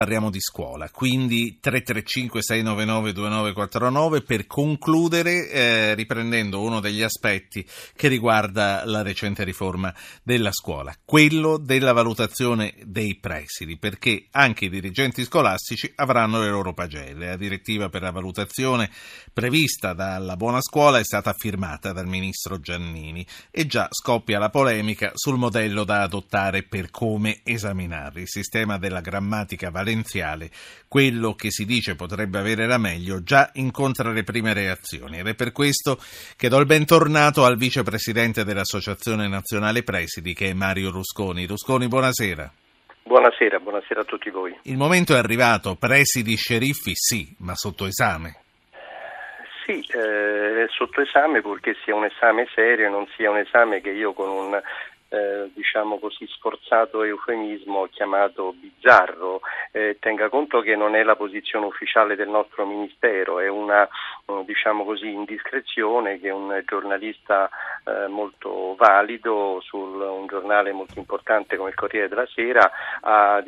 Parliamo di scuola, quindi 335-699-2949 per concludere riprendendo uno degli aspetti che riguarda la recente riforma della scuola, quello della valutazione dei presidi, perché anche i dirigenti scolastici avranno le loro pagelle. La direttiva per la valutazione prevista dalla Buona Scuola è stata firmata dal ministro Giannini e già scoppia la polemica sul modello da adottare per come esaminarli. Il sistema della grammatica valenziale, quello che si dice potrebbe avere la meglio, già incontra le prime reazioni ed è per questo che do il bentornato al vicepresidente dell'Associazione Nazionale Presidi, che è Mario Rusconi. Rusconi, buonasera. Buonasera a tutti voi. Il momento è arrivato, presidi, sceriffi sì, ma sotto esame. Sì, sotto esame, purché sia un esame serio e non sia un esame che io con un diciamo così sforzato eufemismo ho chiamato bizzarro. Tenga conto che non è la posizione ufficiale del nostro ministero, è una diciamo così indiscrezione che un giornalista molto valido su un giornale molto importante come il Corriere della Sera ha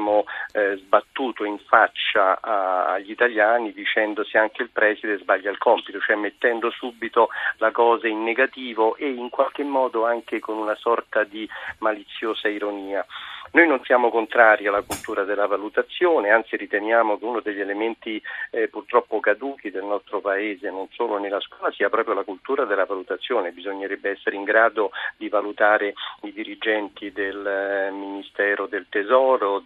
sbattuto in faccia agli italiani, dicendo se anche il preside sbaglia il compito, cioè mettendo subito la cosa in negativo e in qualche modo anche con una sorta di maliziosa ironia. Noi non siamo contrari alla cultura della valutazione, anzi riteniamo che uno degli elementi purtroppo caduchi del nostro paese, non solo nella scuola, sia proprio la cultura della valutazione. Bisognerebbe essere in grado di valutare i dirigenti del Ministero del Tesoro,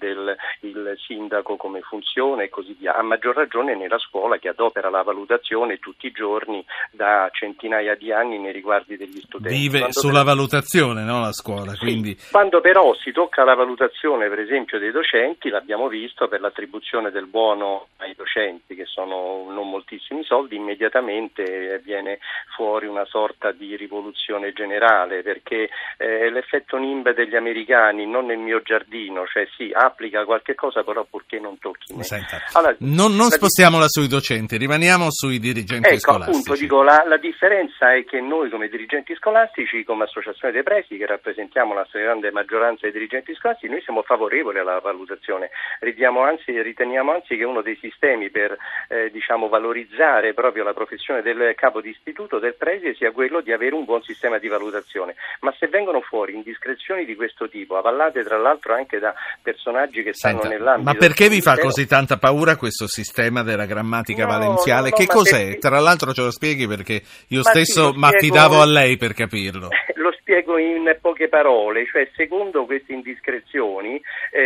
il sindaco come funziona e così via. A maggior ragione nella scuola, che adopera la valutazione tutti i giorni da centinaia di anni nei riguardi degli studenti. Vive sulla valutazione, no, la scuola. Sì, quindi... Quando però si tocca la valutazione, per esempio, dei docenti, l'abbiamo visto per l'attribuzione del buono ai docenti, che sono non moltissimi soldi, immediatamente viene fuori una sorta di rivoluzione generale, perché l'effetto NIMB degli americani, non nel mio giardino, cioè sì, applica qualche cosa, però purché non tocchi me. Senta, allora, non spostiamola sui docenti, rimaniamo sui dirigenti scolastici. Appunto, dico, la differenza è che noi come dirigenti scolastici, come associazione dei presidi, che rappresentiamo la stragrande maggioranza dei dirigenti scolastici, noi siamo favorevoli alla valutazione. Riteniamo anzi che uno dei sistemi per valorizzare proprio la professione del capo di istituto, del preside, sia quello di avere un buon sistema di valutazione. Ma se vengono fuori indiscrezioni di questo tipo, avallate tra l'altro anche da personaggi che stanno nell'ambito... Ma perché vi fa così tanta paura questo sistema della grammatica valenziale? Che cos'è? Perché... Tra l'altro ce lo spieghi, perché io stesso mi affidavo a lei per capirlo. Lo spiego in poche parole, cioè secondo queste indiscrezioni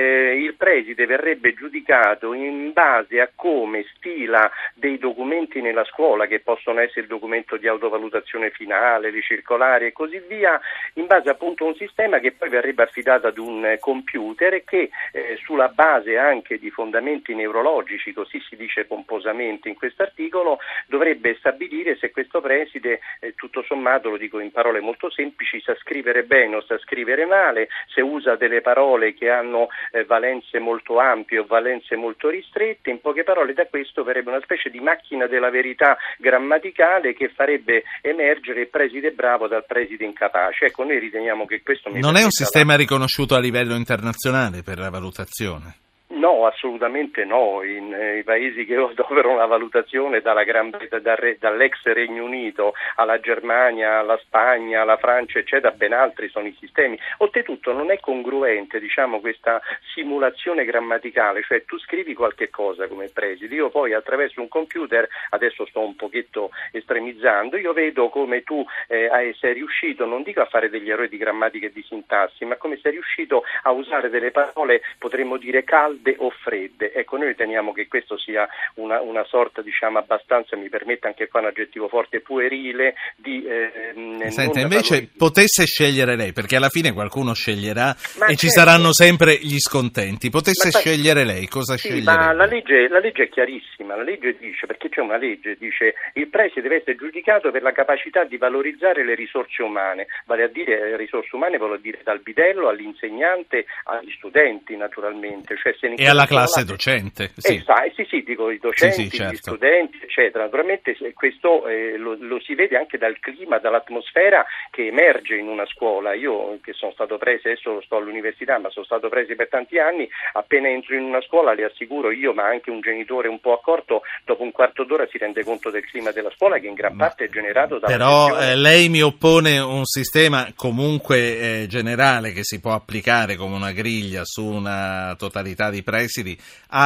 il preside verrebbe giudicato in base a come stila dei documenti nella scuola, che possono essere il documento di autovalutazione finale, le circolari e così via, in base appunto a un sistema che poi verrebbe affidato ad un computer e che sulla base anche di fondamenti neurologici, così si dice pomposamente in questo articolo, dovrebbe stabilire se questo preside, tutto sommato, lo dico in parole molto semplici, sa scrivere bene o sa scrivere male, se usa delle parole che hanno valenze molto ampie o valenze molto ristrette. In poche parole, da questo verrebbe una specie di macchina della verità grammaticale che farebbe emergere il preside bravo dal preside incapace. Ecco, noi riteniamo che questo non è un sistema riconosciuto a livello internazionale per la valutazione. No, assolutamente no. I paesi che adoperano la valutazione, dall'ex Regno Unito alla Germania, alla Spagna, alla Francia, eccetera, ben altri sono i sistemi. Oltretutto non è congruente, questa simulazione grammaticale, cioè tu scrivi qualche cosa come preside, io poi attraverso un computer, adesso sto un pochetto estremizzando, io vedo come tu sei riuscito, non dico a fare degli errori di grammatica e di sintassi, ma come sei riuscito a usare delle parole, potremmo dire calde o fredde. Ecco, noi riteniamo che questo sia una sorta, abbastanza, mi permetta anche qua un aggettivo forte, puerile di Senta, invece potesse scegliere lei, perché alla fine qualcuno sceglierà e ci saranno sempre gli scontenti. Potesse scegliere lei, cosa sceglierebbe? Ma la legge è chiarissima, la legge dice, perché c'è una legge, dice il preside deve essere giudicato per la capacità di valorizzare le risorse umane, vale a dire risorse umane vuol dire dal bidello all'insegnante agli studenti naturalmente, cioè se in e alla scuola, classe docente. Sì. Sì, dico i docenti, Sì, certo. gli studenti, eccetera. Naturalmente questo lo si vede anche dal clima, dall'atmosfera che emerge in una scuola. Io che sono stato preso, adesso sto all'università, ma sono stato preso per tanti anni, appena entro in una scuola, le assicuro io, ma anche un genitore un po' accorto, dopo un quarto d'ora si rende conto del clima della scuola, che in gran parte è generato dalla Però gestione. lei mi oppone un sistema comunque generale che si può applicare come una griglia su una totalità di presidi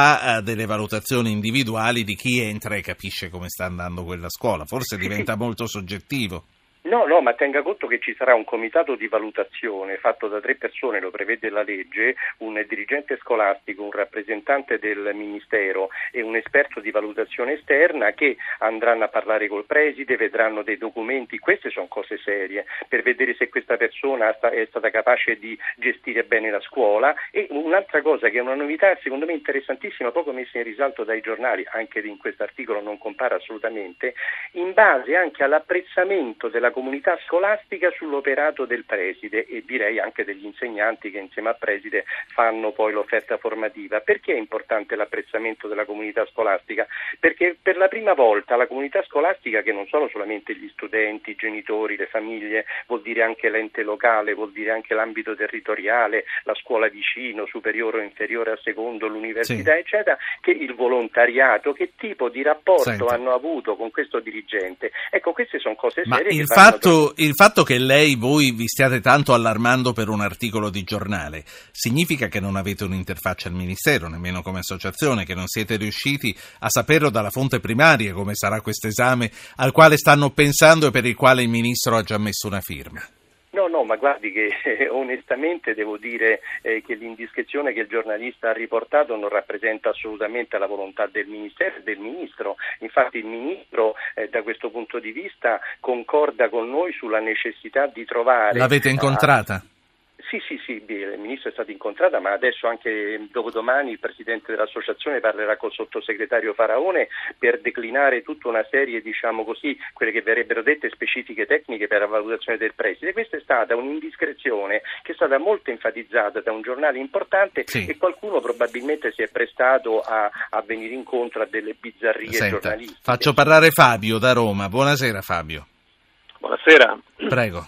a delle valutazioni individuali di chi entra e capisce come sta andando quella scuola. Forse diventa molto soggettivo. No, ma tenga conto che ci sarà un comitato di valutazione fatto da 3 persone, lo prevede la legge, un dirigente scolastico, un rappresentante del Ministero e un esperto di valutazione esterna, che andranno a parlare col preside, vedranno dei documenti, queste sono cose serie, per vedere se questa persona è stata capace di gestire bene la scuola. E un'altra cosa che è una novità secondo me interessantissima, poco messa in risalto dai giornali, anche in questo articolo non compare assolutamente, in base anche all'apprezzamento della comunità scolastica sull'operato del preside e direi anche degli insegnanti che insieme al preside fanno poi l'offerta formativa. Perché è importante l'apprezzamento della comunità scolastica? Perché per la prima volta la comunità scolastica, che non sono solamente gli studenti, i genitori, le famiglie, vuol dire anche l'ente locale, vuol dire anche l'ambito territoriale, la scuola vicino, superiore o inferiore a secondo, l'università, sì, eccetera, che il volontariato, che tipo di rapporto hanno avuto con questo dirigente. Ecco, queste sono cose serie. Ma il fatto che voi vi stiate tanto allarmando per un articolo di giornale significa che non avete un'interfaccia al Ministero, nemmeno come associazione, che non siete riusciti a saperlo dalla fonte primaria come sarà questo esame al quale stanno pensando e per il quale il Ministro ha già messo una firma. No, ma guardi che onestamente devo dire che l'indiscrezione che il giornalista ha riportato non rappresenta assolutamente la volontà del Ministero e del Ministro. Infatti il Ministro da questo punto di vista concorda con noi sulla necessità di trovare... L'avete incontrata? Sì, il Ministro è stato incontrata, ma adesso anche dopodomani il Presidente dell'Associazione parlerà col Sottosegretario Faraone per declinare tutta una serie, diciamo così, quelle che verrebbero dette specifiche tecniche per la valutazione del preside. Questa è stata un'indiscrezione che è stata molto enfatizzata da un giornale importante, sì, e qualcuno probabilmente si è prestato a venire incontro a delle bizzarrie giornalistiche. Faccio parlare Fabio da Roma. Buonasera Fabio. Buonasera. Prego.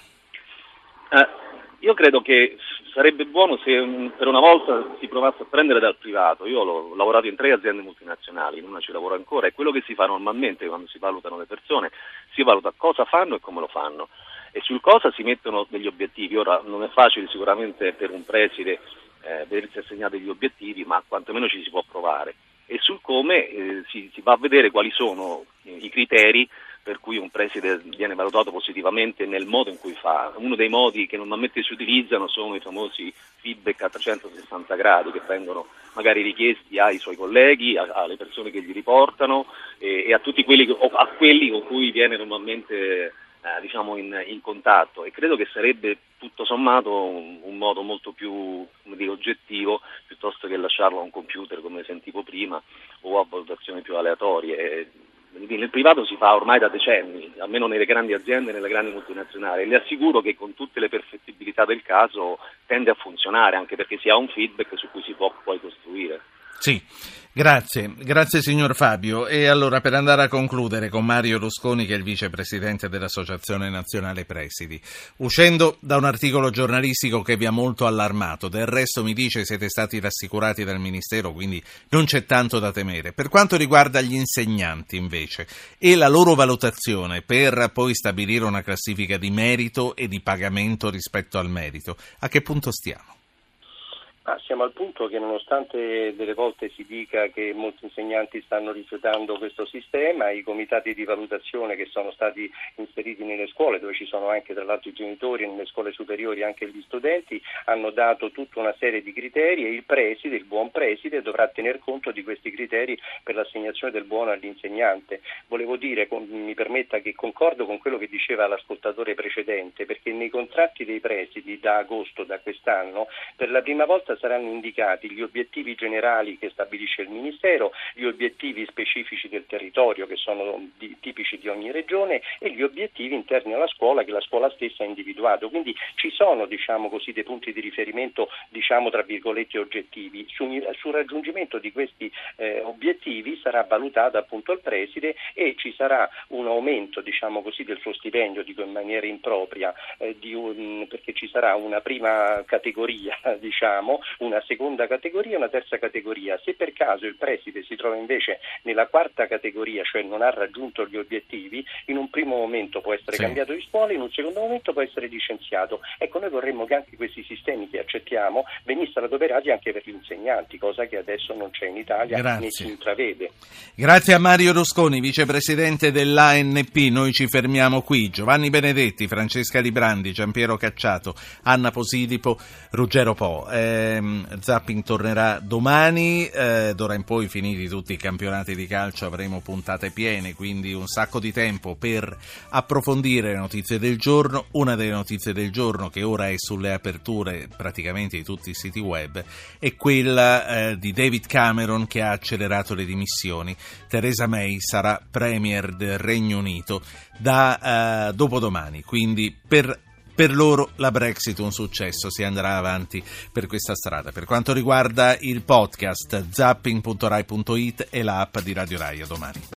Io credo che sarebbe buono se per una volta si provasse a prendere dal privato. Io ho lavorato in 3 aziende multinazionali, in una ci lavoro ancora, e quello che si fa normalmente quando si valutano le persone, si valuta cosa fanno e come lo fanno, e sul cosa si mettono degli obiettivi. Ora non è facile sicuramente per un preside vedersi assegnati degli obiettivi, ma quantomeno ci si può provare, e sul come si va a vedere quali sono i criteri per cui un preside viene valutato positivamente nel modo in cui fa. Uno dei modi che normalmente si utilizzano sono i famosi feedback a 360 gradi, che vengono magari richiesti ai suoi colleghi, alle persone che gli riportano e a tutti quelli con cui viene normalmente in contatto, e credo che sarebbe tutto sommato un modo molto più, oggettivo, piuttosto che lasciarlo a un computer come sentivo prima o a valutazioni più aleatorie. Nel privato si fa ormai da decenni, almeno nelle grandi aziende e nelle grandi multinazionali, e le assicuro che con tutte le perfettibilità del caso tende a funzionare, anche perché si ha un feedback su cui si può poi costruire. Sì, grazie signor Fabio. E allora, per andare a concludere con Mario Rusconi, che è il vicepresidente dell'Associazione Nazionale Presidi, uscendo da un articolo giornalistico che vi ha molto allarmato, del resto mi dice siete stati rassicurati dal Ministero, quindi non c'è tanto da temere. Per quanto riguarda gli insegnanti invece e la loro valutazione per poi stabilire una classifica di merito e di pagamento rispetto al merito, a che punto stiamo? Siamo al punto che, nonostante delle volte si dica che molti insegnanti stanno rifiutando questo sistema, i comitati di valutazione che sono stati inseriti nelle scuole, dove ci sono anche tra l'altro i genitori, e nelle scuole superiori anche gli studenti, hanno dato tutta una serie di criteri, e il preside, il buon preside, dovrà tener conto di questi criteri per l'assegnazione del buono all'insegnante. Volevo dire, mi permetta, che concordo con quello che diceva l'ascoltatore precedente, perché nei contratti dei presidi da agosto, da quest'anno, per la prima volta saranno indicati gli obiettivi generali che stabilisce il Ministero, gli obiettivi specifici del territorio che sono tipici di ogni regione e gli obiettivi interni alla scuola che la scuola stessa ha individuato. Quindi ci sono, diciamo così, dei punti di riferimento, diciamo tra virgolette oggettivi. Sul raggiungimento di questi obiettivi sarà valutato appunto il preside e ci sarà un aumento, diciamo così, del suo stipendio, dico in maniera impropria, perché ci sarà una prima categoria, diciamo, una seconda categoria e una terza categoria. Se per caso il preside si trova invece nella quarta categoria, cioè non ha raggiunto gli obiettivi, in un primo momento può essere cambiato di scuola, in un secondo momento può essere licenziato. Ecco, noi vorremmo che anche questi sistemi che accettiamo venissero adoperati anche per gli insegnanti, cosa che adesso non c'è in Italia né si intravede. Grazie a Mario Rusconi, vicepresidente dell'ANP. Noi ci fermiamo qui. Giovanni Benedetti, Francesca Librandi, Giampiero Cacciato, Anna Posilipo, Ruggero Po. Zapping tornerà domani, d'ora in poi, finiti tutti i campionati di calcio, avremo puntate piene, quindi un sacco di tempo per approfondire le notizie del giorno. Una delle notizie del giorno, che ora è sulle aperture praticamente di tutti i siti web, è quella di David Cameron, che ha accelerato le dimissioni. Theresa May sarà Premier del Regno Unito da dopodomani, quindi per loro la Brexit un successo, si andrà avanti per questa strada. Per quanto riguarda il podcast, zapping.rai.it e l'app di Radio Rai. A domani.